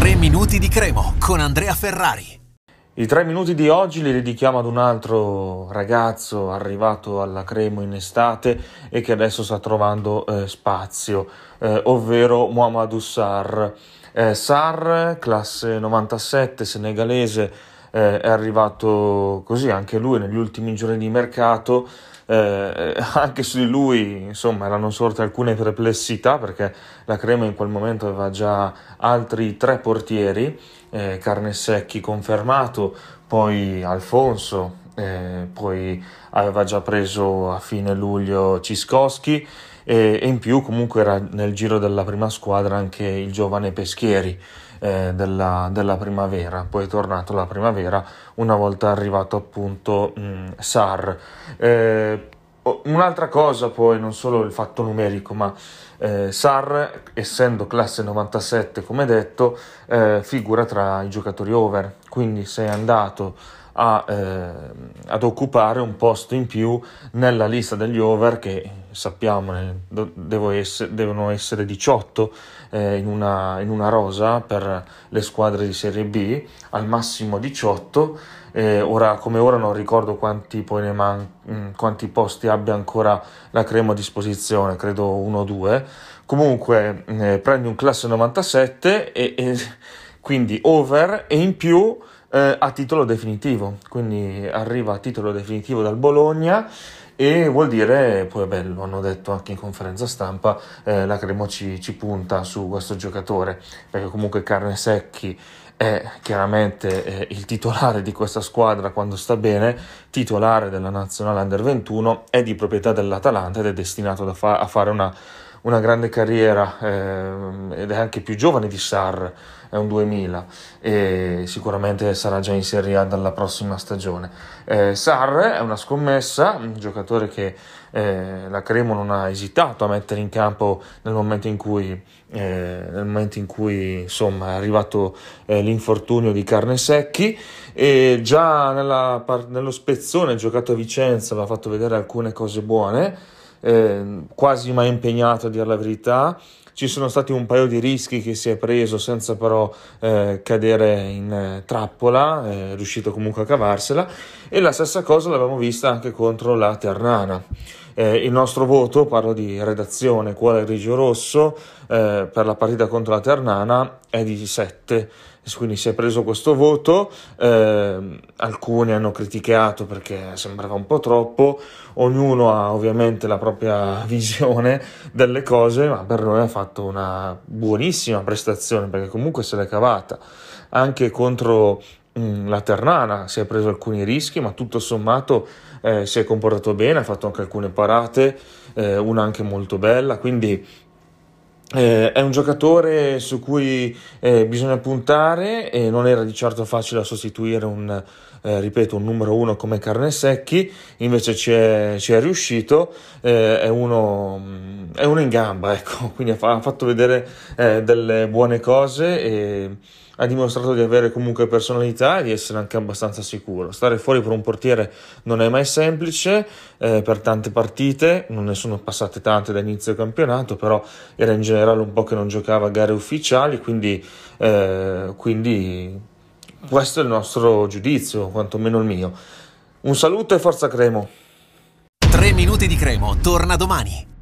3 minuti di Cremo con Andrea Ferrari. I 3 minuti di oggi li dedichiamo ad un altro ragazzo arrivato alla Cremo in estate e che adesso sta trovando spazio, ovvero Mouhamadou Sarr. Sarr, classe 97, senegalese, è arrivato così anche lui negli ultimi giorni di mercato. Anche su di lui, insomma, erano sorte alcune perplessità perché la Crema in quel momento aveva già altri 3 portieri, Carnesecchi confermato, poi Alfonso, poi aveva già preso a fine luglio Ciskowski e in più comunque era nel giro della prima squadra anche il giovane Peschieri della primavera. Poi è tornato la primavera una volta arrivato appunto Sarr. Un'altra cosa poi, non solo il fatto numerico, ma Sarr, essendo classe 97 come detto, figura tra i giocatori over, quindi sei andato ad occupare un posto in più nella lista degli over che sappiamo devono essere 18 in una rosa per le squadre di Serie B, al massimo 18. Ora non ricordo quanti posti abbia ancora la Crema a disposizione, credo 1 o 2. Comunque prendi un classe 97 e quindi over e in più a titolo definitivo, quindi arriva a titolo definitivo dal Bologna e vuol dire, poi lo hanno detto anche in conferenza stampa, la Cremo ci punta su questo giocatore, perché comunque Carnesecchi è chiaramente il titolare di questa squadra quando sta bene, titolare della nazionale Under 21, è di proprietà dell'Atalanta ed è destinato a fare una grande carriera, ed è anche più giovane di Sarr, è un 2000 e sicuramente sarà già in Serie A dalla prossima stagione. Sarr è una scommessa, un giocatore che la Cremo non ha esitato a mettere in campo nel momento in cui insomma è arrivato l'infortunio di Carnesecchi, e già nello spezzone giocato a Vicenza aveva fatto vedere alcune cose buone, quasi mai impegnato a dire la verità. Ci sono stati un paio di rischi che si è preso senza però cadere in trappola, è riuscito comunque a cavarsela, e la stessa cosa l'abbiamo vista anche contro la Ternana. Il nostro voto, parlo di redazione Cuore Grigio Rosso, per la partita contro la Ternana è di 7, quindi si è preso questo voto. Alcuni hanno criticato perché sembrava un po' troppo, ognuno ha ovviamente la propria visione delle cose, ma per noi ha fatto una buonissima prestazione perché comunque se l'è cavata anche contro la Ternana, si è preso alcuni rischi, ma tutto sommato si è comportato bene, ha fatto anche alcune parate, una anche molto bella, quindi è un giocatore su cui bisogna puntare, e non era di certo facile a sostituire un numero 1 come Carnesecchi, invece ci è riuscito. È uno in gamba, ecco, quindi ha fatto vedere delle buone cose e ha dimostrato di avere comunque personalità e di essere anche abbastanza sicuro. Stare fuori per un portiere non è mai semplice, per tante partite, non ne sono passate tante da inizio campionato, però era in generale un po' che non giocava a gare ufficiali, quindi questo è il nostro giudizio, quantomeno il mio. Un saluto e forza Cremo! 3 minuti di Cremo torna domani.